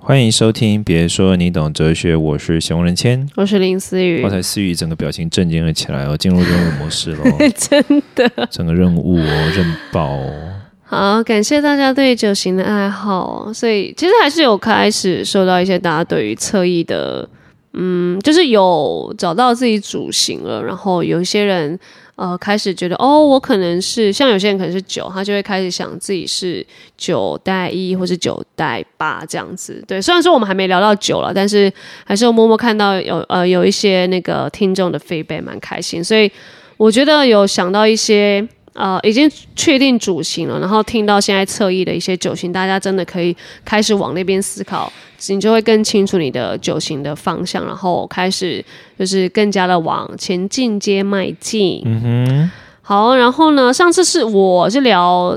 欢迎收听别说你懂哲学，我是熊仁谦， 我是林思雨。 刚才思雨整个表情震惊了起来进入任务模式了真的整个任务认爆好，感谢大家对酒型的爱好所以其实还是有开始受到一些大家对于侧翼的就是有找到自己主型了，然后有一些人开始觉得我可能是像有些人可能是9，他就会开始想自己是9-1或是9-8这样子。对，虽然说我们还没聊到9了，但是还是有默默看到有一些那个听众的 feedback 蛮开心，所以我觉得有想到一些已经确定主型了，然后听到现在侧翼的一些酒型，大家真的可以开始往那边思考，你就会更清楚你的酒型的方向，然后开始就是更加的往前进阶迈进。好，然后呢，上次我是聊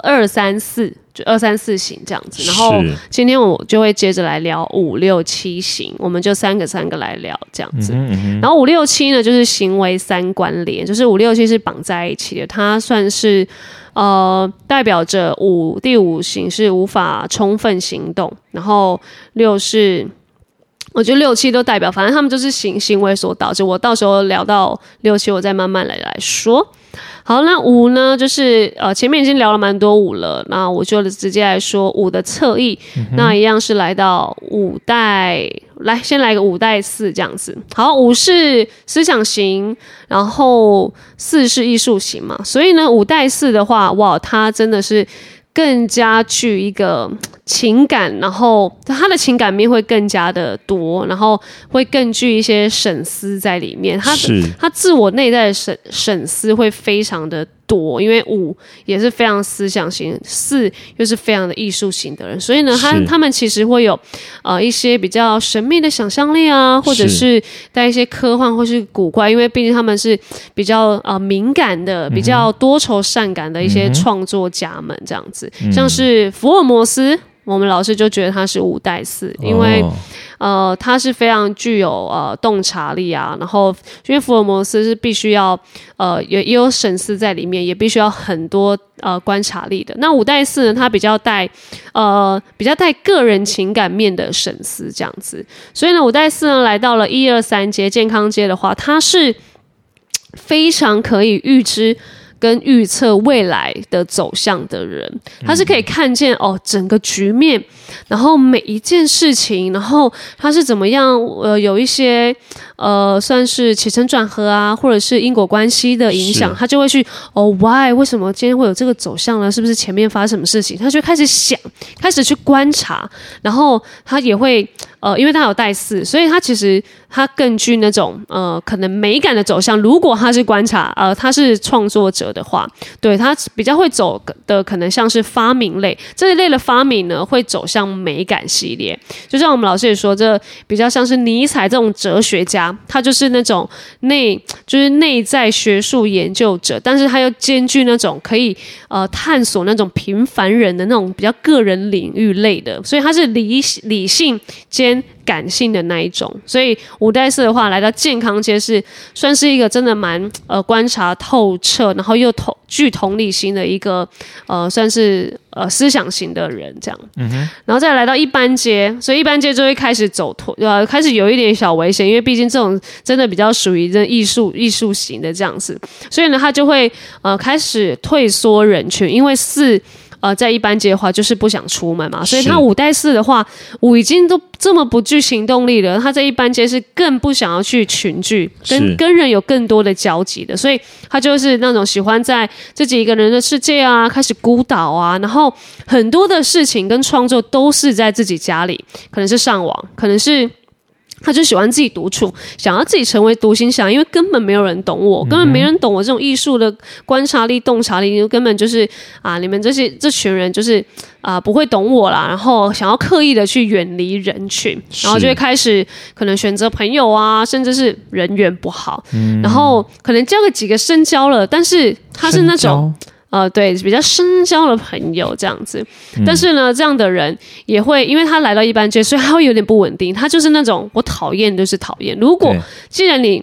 2、3、4，就2、3、4型这样子，然后今天我就会接着来聊5、6、7型，我们就三个来聊这样子。然后5、6、7呢，就是行为3关联，就是5、6、7是绑在一起的，它算是代表着第5型是无法充分行动，然后6是。我觉得6、7都代表，反正他们就是行为所导致。我到时候聊到6、7，我再慢慢来说。好，那5呢，就是前面已经聊了蛮多5了，那我就直接来说5的侧翼。那一样是来到5代，先来个5代4这样子。好，5是思想型，然后4是艺术型嘛，所以呢5代4的话，哇，它真的是更加具一个情感，然后他的情感面会更加的多，然后会更具一些审思在里面。他自我内在的审思会非常的多，因为5也是非常思想型，4又是非常的艺术型的人，所以呢，他们其实会有一些比较神秘的想象力啊，或者是带一些科幻或是古怪，因为毕竟他们是比较敏感的、比较多愁善感的一些创作家们这样子，像是福尔摩斯。我们老师就觉得他是5代4，因为他是非常具有洞察力啊，然后因为福尔摩斯是必须要也有审思在里面，也必须要很多观察力的。那5代4呢，他比较带个人情感面的审思这样子，所以呢5代4呢来到了1、2、3阶健康阶的话，他是非常可以预知跟预测未来的走向的人，他是可以看见整个局面，然后每一件事情，然后他是怎么样有一些算是起承转合啊，或者是因果关系的影响，他就会去why 为什么今天会有这个走向呢？是不是前面发生什么事情？他就开始想，开始去观察，然后他也会因为他有带4，所以他其实他更具那种可能美感的走向。如果他是观察他是创作者的话，对，他比较会走的可能像是发明类这一类的发明呢，会走向美感系列。就像我们老师也说，这比较像是尼采这种哲学家，他就是那种就是内在学术研究者，但是他又兼具那种可以探索那种平凡人的那种比较个人领域类的，所以他是理性兼感性的那一种。所以5代4的话来到健康阶是算是一个真的蛮观察透彻，然后又具同理心的一个算是思想型的人这样。然后再来到一般阶，所以一般阶就会开始开始有一点小危险，因为毕竟这种真的比较属于艺术型的这样子，所以呢他就会开始退缩人群，因为4在一般阶的话就是不想出门嘛，所以他5代4的话，5已经都这么不具行动力了，他在一般阶是更不想要去群聚，跟人有更多的交集的，所以他就是那种喜欢在自己一个人的世界啊，开始孤岛啊，然后很多的事情跟创作都是在自己家里，可能是上网，可能是他就喜欢自己独处，想要自己成为独行侠，因为根本没有人懂我，根本没人懂我这种艺术的观察力、洞察力，根本就是你们这群人就是不会懂我啦，然后想要刻意的去远离人群，然后就会开始可能选择朋友啊，甚至是人缘不好，然后可能交个几个深交了，但是他是那种对，比较深交的朋友这样子，但是呢，这样的人也会，因为他来到一般阶，所以他会有点不稳定。他就是那种我讨厌就是讨厌。如果既然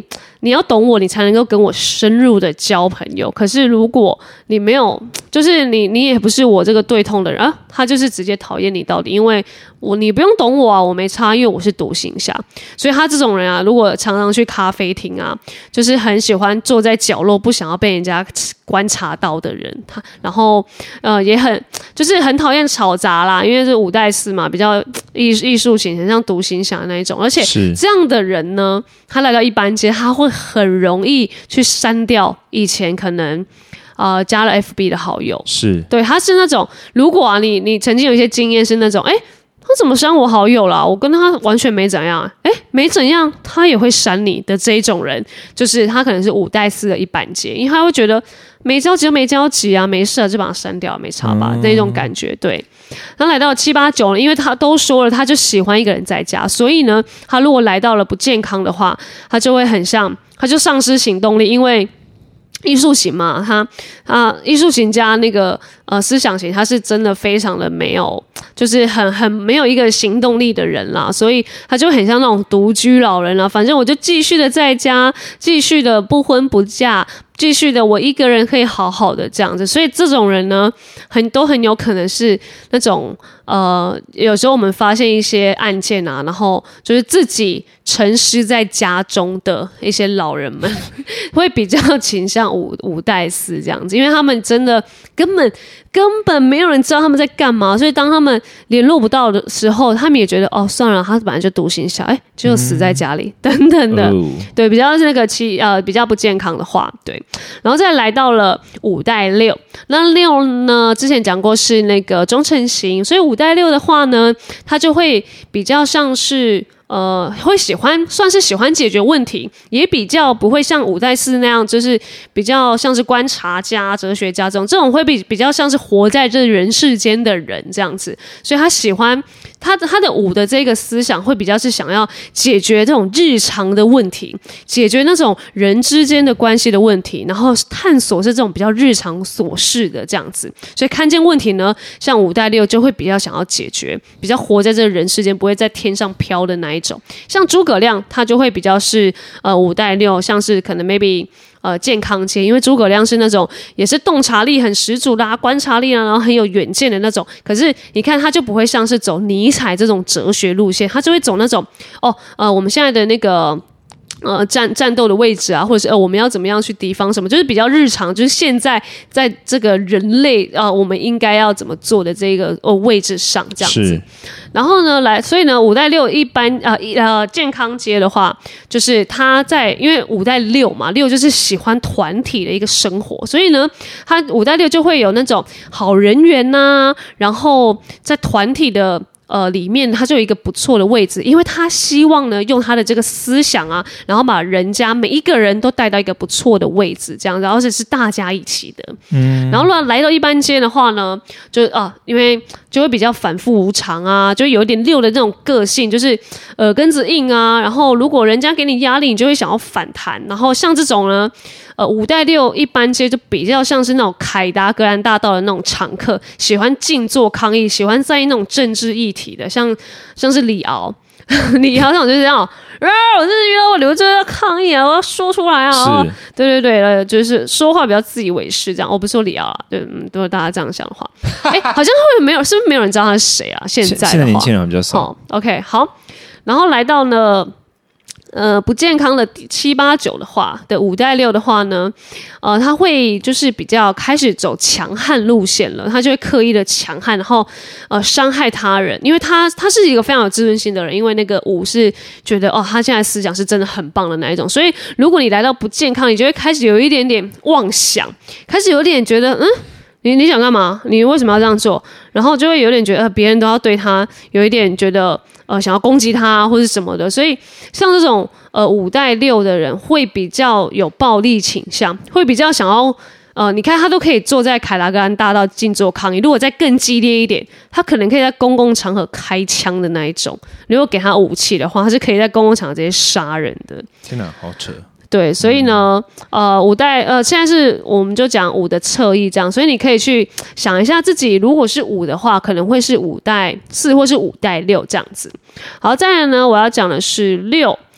你要懂我，你才能够跟我深入的交朋友。可是如果你没有，就是你也不是我这个对痛的人啊，他就是直接讨厌你到底，因为你不用懂我啊，我没差，因为我是独行侠。所以他这种人啊，如果常常去咖啡厅啊，就是很喜欢坐在角落，不想要被人家观察到的人，然后也就是很讨厌吵杂啦，因为是五代四嘛，比较艺术型，很像独行侠那一种。而且这样的人呢，他来到一般街，他会很容易去删掉以前可能加了 FB 的好友。 是， 对，他是那种，如果啊你曾经有一些经验是那种，他怎么删我好友啦？我跟他完全没怎样，没怎样，他也会删你的这一种人，就是他可能是五代四的一般街，因为他会觉得没交集就没交集啊，没事啊，就把他删掉，没差吧，那种感觉。对，然后来到7、8、9呢，因为他都说了，他就喜欢一个人在家，所以呢，他如果来到了不健康的话，他就会很像，他就丧失行动力，因为艺术型嘛，他艺术型加那个思想型，他是真的非常的没有，就是很没有一个行动力的人啦，所以他就很像那种独居老人啦。反正我就继续的在家，继续的不婚不嫁，继续的我一个人可以好好的这样子。所以这种人呢，都很有可能是那种有时候我们发现一些案件啊，然后就是自己沉尸在家中的一些老人们会比较倾向五代四这样子，因为他们真的根本没有人知道他们在干嘛，所以当他们联络不到的时候，他们也觉得算了，他本来就独行侠，就死在家里等等的，对，比较是那个比较不健康的话，对，然后再来到了五代六，那六呢，之前讲过是那个忠诚型，所以五代六的话呢，他就会比较像是。会算是喜欢解决问题，也比较不会像五代四那样，就是比较像是观察家、哲学家这种会比较像是活在这人世间的人这样子，所以他喜欢他的五的这个思想会比较是想要解决这种日常的问题，解决那种人之间的关系的问题，然后探索是这种比较日常琐事的这样子，所以看见问题呢，像五代六就会比较想要解决，比较活在这人世间，不会在天上飘的那一种。像诸葛亮他就会比较是五代六，像是可能 maybe 健康街，因为诸葛亮是那种也是洞察力很十足的观察力啊，然后很有远见的那种，可是你看他就不会像是走尼采这种哲学路线，他就会走那种我们现在的那个战斗的位置啊，或者是我们要怎么样去敌方什么，就是比较日常，就是现在在这个人类我们应该要怎么做的这个位置上这样子。然后呢，所以呢，五代六一般健康街的话，就是他因为五代六嘛，六就是喜欢团体的一个生活，所以呢，他五代六就会有那种好人缘呐，然后在团体的。里面他就有一个不错的位置，因为他希望呢用他的这个思想啊，然后把人家每一个人都带到一个不错的位置，这样，然后是大家一起的。然后来到一般街的话呢，就因为就会比较反复无常啊，就有一点六的那种个性，就是耳根子硬啊。然后如果人家给你压力，你就会想要反弹。然后像这种呢。五代六一般街就比较像是那种凯达格兰大道的那种常客，喜欢静坐抗议，喜欢在意那种政治议题的，像是李敖李敖那种就是这样，我就是遇到我留着要抗议啊，我要说出来啊，对，就是说话比较自以为是这样。我不是说李敖啦，对，如果大家这样想的话，好像会没有，是不是没有人知道他是谁啊？现在年轻人比较少。 OK， 好，然后来到呢。不健康的7、8、9的话的五代六的话呢，他会就是比较开始走强悍路线了，他就会刻意的强悍，然后伤害他人，因为他是一个非常有自尊心的人，因为那个五是觉得他现在思想是真的很棒的那一种，所以如果你来到不健康，你就会开始有一点点妄想，开始有点觉得你想干嘛？你为什么要这样做？然后就会有点觉得别人都要对他有一点觉得想要攻击他或是什么的，所以像这种五代六的人会比较有暴力倾向，会比较想要你看他都可以坐在凯达格兰大道静坐抗议，如果再更激烈一点，他可能可以在公共场合开枪的那一种。如果给他武器的话，他是可以在公共场合直接杀人的。 天哪，好扯！ 对，所以呢，五代现在是我们就讲五的侧翼这样，所以你可以去想一下自己如果是五的话，可能会是五代四或是五代六这样子。好，再来呢，我要讲的是六。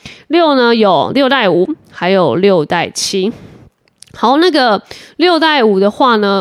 6呢有6带5，还有6带7。好，那个6带5的话呢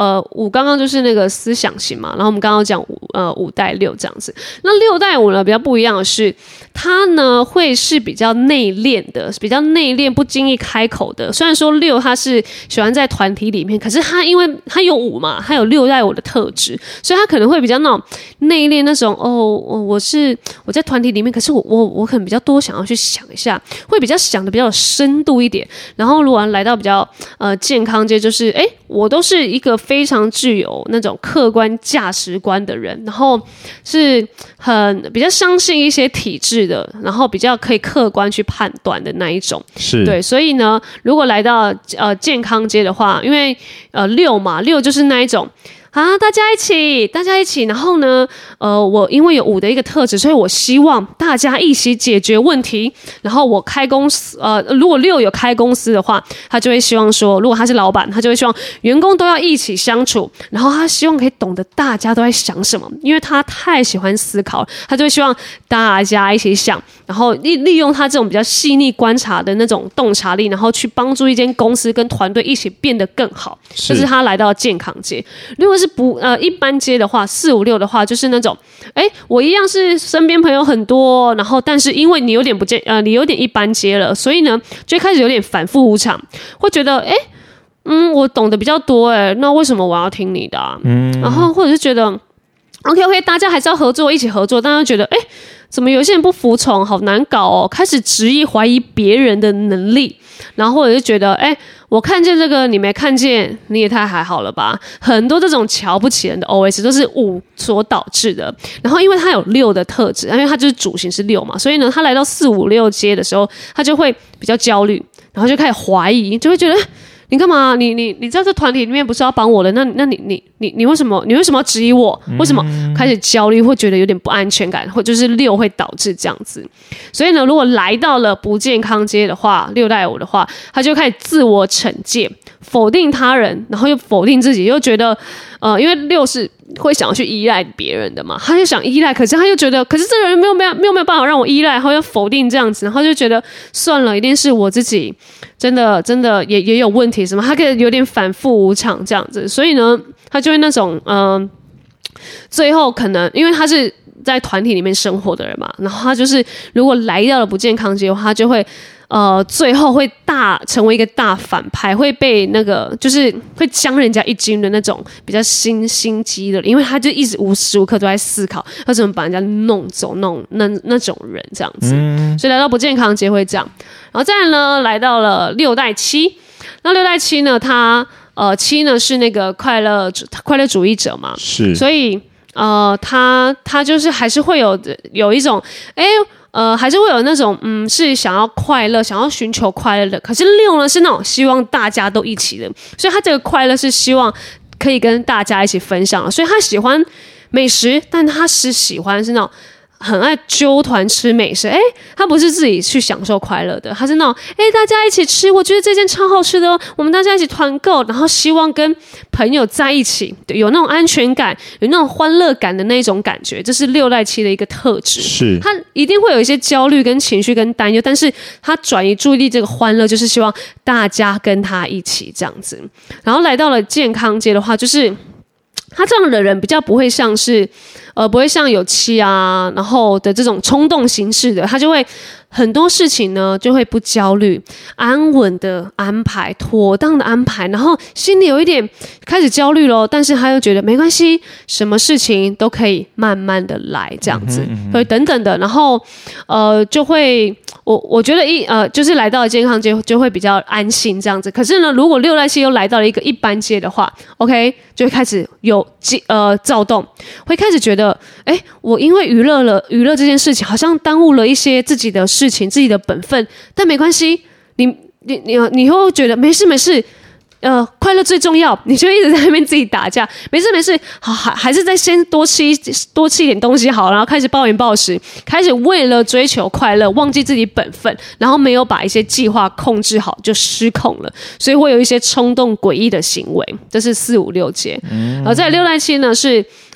，5刚刚就是那个思想型嘛，然后我们刚刚讲5带6这样子。那6带5呢比较不一样的是，它呢会是比较内敛的，比较内敛不经意开口的。虽然说6它是喜欢在团体里面，可是它因为它有5嘛，它有6带5的特质，所以它可能会比较那种内敛那种我在团体里面，可是我可能比较多想要去想一下，会比较想的比较有深度一点。然后如果来到比较健康界，就是我都是一个非常具有那种客观价值观的人，然后是比较相信一些体制的，然后比较可以客观去判断的那一种。 是对，所以呢，如果来到健康界的话，因为6嘛，6就是那一种。大家一起，然后呢，我因为有5的一个特质，所以我希望大家一起解决问题。然后我开公司，如果6有开公司的话，他就会希望说，如果他是老板，他就会希望员工都要一起相处，然后他希望可以懂得大家都在想什么，因为他太喜欢思考，他就会希望大家一起想，然后利用他这种比较细腻观察的那种洞察力，然后去帮助一间公司跟团队一起变得更好。这是他来到健康界。如果是一般阶的话，4、5、6的话，就是那种，我一样是身边朋友很多，然后但是因为你有点你有点一般阶了，所以呢，就开始有点反复无常，会觉得，我懂得比较多，那为什么我要听你的啊？然后或者是觉得 ，OK， 大家还是要合作，一起合作，但是觉得，怎么有些人不服从，好难搞哦，开始质疑怀疑别人的能力，然后或者是觉得，我看见这个你没看见，你也太还好了吧？很多这种瞧不起人的 OS 都是5所导致的。然后因为他有6的特质，因为他就是主型是6嘛，所以呢，他来到4、5、6阶的时候，他就会比较焦虑，然后就开始怀疑，就会觉得。你干嘛？你在这团体里面不是要帮我的？那你为什么要质疑我？为什么开始焦虑？会觉得有点不安全感，或就是6会导致这样子。所以呢，如果来到了不健康阶的话，6带5的话，他就开始自我惩戒，否定他人，然后又否定自己，又觉得因为6是会想要去依赖别人的嘛，他就想依赖，可是他又觉得，可是这个人没有办法让我依赖，然后又否定这样子，然后就觉得算了，一定是我自己真的也有问题什么，他可以有点反复无常这样子，所以呢，他就会那种最后可能因为他是在团体里面生活的人嘛，然后他就是如果来到了不健康阶的话，他就会最后会成为一个大反派，会被那个就是会将人家一军的那种比较心机的人，因为他就一直无时无刻都在思考要怎么把人家弄走那种人这样子，所以来到不健康阶会这样。然后再来呢，来到了6带7，那6带7呢，他7呢是那个快乐主义者嘛， 是， 所以他就是还是会有一种还是会有那种是想要快乐，想要寻求快乐的。可是6呢是那种希望大家都一起的，所以他这个快乐是希望可以跟大家一起分享的。所以他喜欢美食，但他是喜欢是那种很爱揪团吃美食，他不是自己去享受快乐的，他是那种大家一起吃，我觉得这件超好吃的哦，我们大家一起团购，然后希望跟朋友在一起，有那种安全感，有那种欢乐感的那种感觉，这是6带7的一个特质。 是， 他一定会有一些焦虑跟情绪跟担忧，但是他转移注意力这个欢乐，就是希望大家跟他一起这样子。然后来到了健康阶的话，就是他这样的人比较不会像是不会像有7啊，然后的这种冲动形式的，他就会很多事情呢就会不焦虑，安稳的安排，妥当的安排，然后心里有一点开始焦虑咯，但是他又觉得没关系，什么事情都可以慢慢的来这样子，所以等等的，然后就会我觉得就是来到了健康阶就会比较安心这样子。可是呢，如果6带7又来到了一个一般阶的话 ，OK， 就会开始有躁动，会开始觉得，我因为娱乐这件事情，好像耽误了一些自己的事情、自己的本分，但没关系，你会觉得没事。快乐最重要，你就一直在那边自己打架，没事，好，还是再先多吃一点东西好，然后开始暴饮暴食，开始为了追求快乐忘记自己本分，然后没有把一些计划控制好，就失控了，所以会有一些冲动诡异的行为，这是4、5、6阶。然后在6带7呢是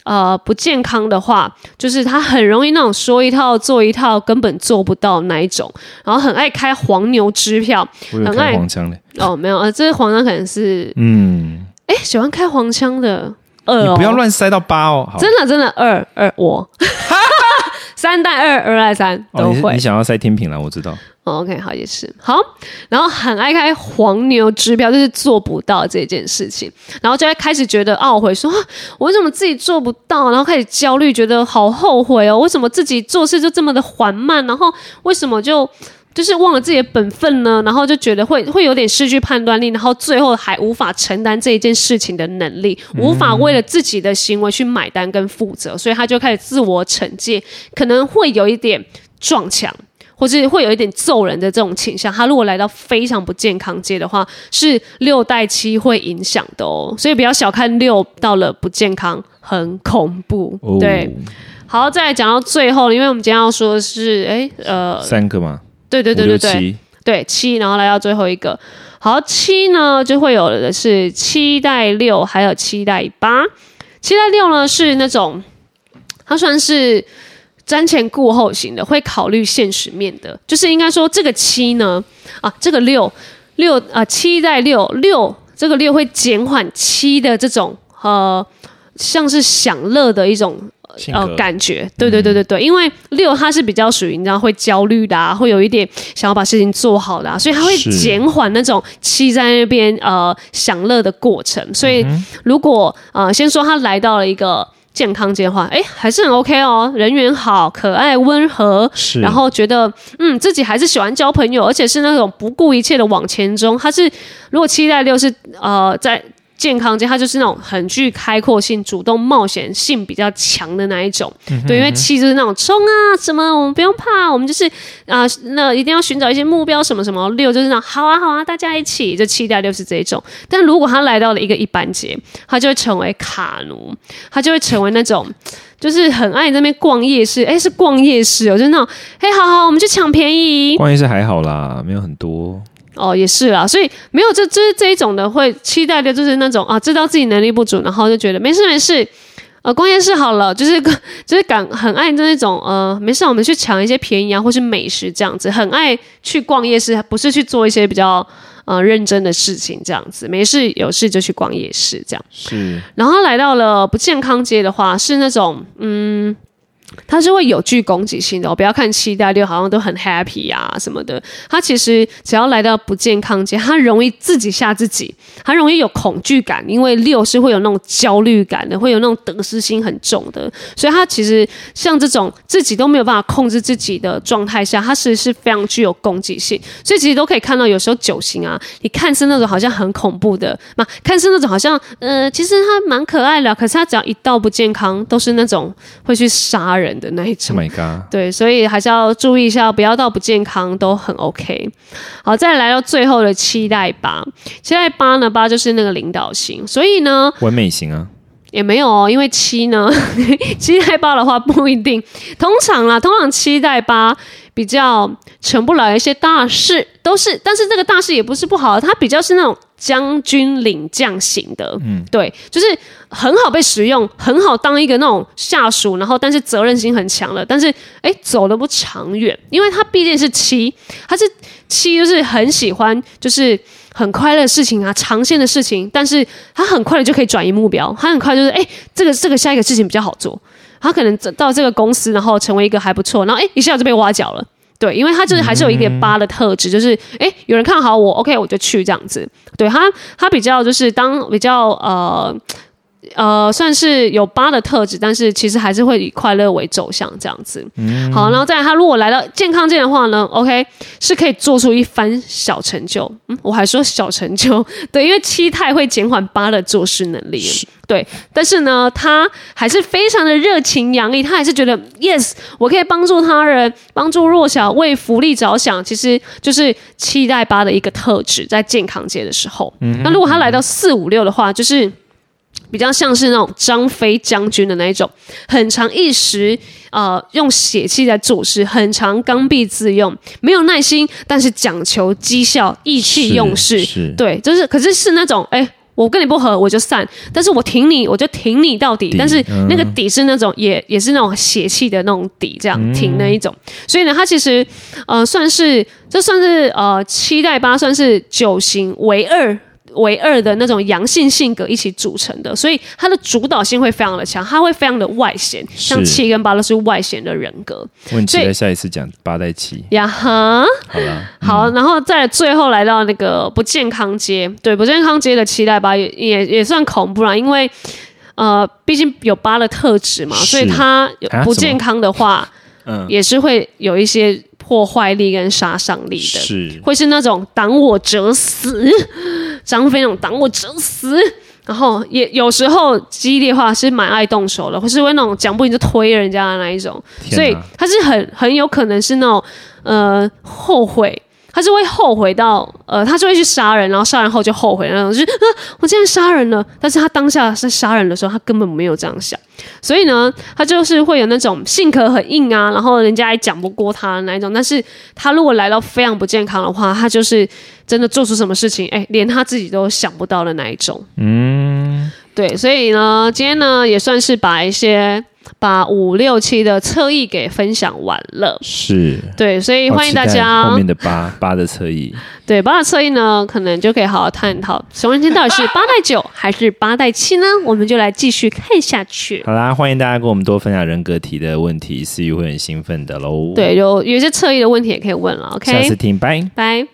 不健康的话，就是他很容易那种说一套做一套，根本做不到那一种，然后很爱开黄牛支票， 我有开黄腔的哦，没有，这黄腔可能是喜欢开黄腔的你不要乱塞到8哦， 真的2我3带2带3都会。 你想要塞天平啦，我知道。 OK， 好，也是好，然后很爱开黄牛支票，就是做不到这件事情，然后就会开始觉得懊悔说，我为什么自己做不到，然后开始焦虑，觉得好后悔哦，为什么自己做事就这么的缓慢，然后为什么就是忘了自己的本分呢？然后就觉得会有点失去判断力，然后最后还无法承担这一件事情的能力，无法为了自己的行为去买单跟负责，所以他就开始自我惩戒，可能会有一点撞墙。或是会有一点揍人的这种倾向，他如果来到非常不健康阶的话，是6带7会影响的哦，所以不要小看6到了不健康，很恐怖。对，好，再来讲到最后，因为我们今天要说的是 3个嘛， 对7，然后来到最后一个，好7呢就会有的是7带6，还有7带8。7带6呢是那种，它算是瞻前顾后型的，会考虑现实面的，就是应该说这个7呢，这个7带6这个6会减缓7的这种像是享乐的一种感觉，对，因为6它是比较属于你知道会焦虑的会有一点想要把事情做好的所以它会减缓那种7在那边享乐的过程，所以如果先说它来到了一个健康阶的话，还是很 OK 哦，人缘好，可爱温和，然后觉得自己还是喜欢交朋友，而且是那种不顾一切的往前冲。他是如果7带6是在健康阶，他就是那种很具开阔性、主动冒险性比较强的那一种。对，因为7就是那种冲什么我们不用怕，我们就是那一定要寻找一些目标什么什么。6就是那种好啊大家一起，就7带6是这一种。但如果他来到了一般阶，他就会成为卡奴，他就会成为那种就是很爱在那边逛夜市，是逛夜市就是那种好我们去抢便宜。 逛夜市还好啦，没有很多。 也是啦，所以没有就是这一种的会期待的，就是那种知道自己能力不足，然后就觉得没事，逛夜市好了，就是很爱那种没事，我们去抢一些便宜或是美食这样子，很爱去逛夜市，不是去做一些比较认真的事情这样子，没事有事就去逛夜市这样。 是， 然后来到了不健康阶的话，是那种它是会有具攻击性的不要看7带6好像都很 happy 什么的，它其实只要来到不健康阶，它容易自己吓自己，它容易有恐惧感，因为6是会有那种焦虑感的，会有那种得失心很重的，所以它其实像这种自己都没有办法控制自己的状态下，它是非常具有攻击性，所以其实都可以看到有时候9型你看似那种好像很恐怖的看似那种好像其实它蛮可爱的，可是它只要一到不健康都是那种会去杀人的那一种。 Oh my god！ 对，所以还是要注意一下，不要到不健康都很 OK。好，再来到最后的7带8，7带8呢，8就是那个领导型，所以呢， 完美型也没有因为7呢，7带8的话不一定，通常7带8比较成不了一些大事，都是，但是这个大事也不是不好，它比较是那种将军领将型的，对，就是很好被使用，很好当一个那种下属，然后但是责任心很强的，但是走得不长远，因为他毕竟是7，他是7，就是很喜欢就是很快乐的事情长线的事情，但是他很快的就可以转移目标，他很快就是这个下一个事情比较好做，他可能到这个公司，然后成为一个还不错，然后一下就被挖角了。对，因为他就是还是有一点8的特质，就是有人看好我 ，OK 我就去这样子。对，他比较就是当比较算是有8的特质，但是其实还是会以快乐为走向这样子。好，然后再来他如果来到健康阶的话呢 ，OK 是可以做出一番小成就。我还说小成就，对，因为7太会减缓8的做事能力。对，但是呢，他还是非常的热情洋溢，他还是觉得 yes， 我可以帮助他人，帮助弱小，为福利着想，其实就是7带8的一个特质，在健康阶的时候。那如果他来到4、5、6的话，就是比较像是那种张飞将军的那一种，很常一时用血气在做事，很常刚愎自用，没有耐心，但是讲求绩效，意气用事。对，就是可是那种我跟你不合我就散，但是我挺你我就挺你到底，但是那个底是那种也是那种血气的那种底，这样挺那一种。所以呢，它其实算是7带8算是9型为二的那种阳性性格一起组成的，所以它的主导性会非常的强，它会非常的外显，像7跟8都是外显的人格。 我很期待下一次讲8带7 呀哈。 好了， 好，然后再最后来到那个不健康阶，对，不健康阶的7带8也算恐怖啦，因为毕竟有8的特质嘛，所以它不健康的话，也是会有一些破坏力跟杀伤力的， 是会是那种挡我者死，张飞那种挡我者死，然后也有时候激烈化是蛮爱动手的，或是会那种讲不赢就推人家的那一种，所以他是很有可能是那种后悔。他是会后悔到他就会去杀人，然后杀人后就后悔的那种，就是我竟然杀人了，但是他当下在杀人的时候，他根本没有这样想，所以呢，他就是会有那种性格很硬啊，然后人家也讲不过他的那一种，但是他如果来到非常不健康的话，他就是真的做出什么事情，连他自己都想不到的那一种。对，所以呢，今天呢也算是把5、6、7的侧翼给分享完了， 是， 对，所以欢迎大家后面的8的侧翼， 对8的侧翼呢，可能就可以好好探讨熊仁谦到底是8带9还是8带7呢？我们就来继续看下去。 好啦，欢迎大家跟我们多分享人格题的问题，思雨会很兴奋的喽。 对，有一些侧翼的问题也可以问了 ，OK？ 下次听，拜拜。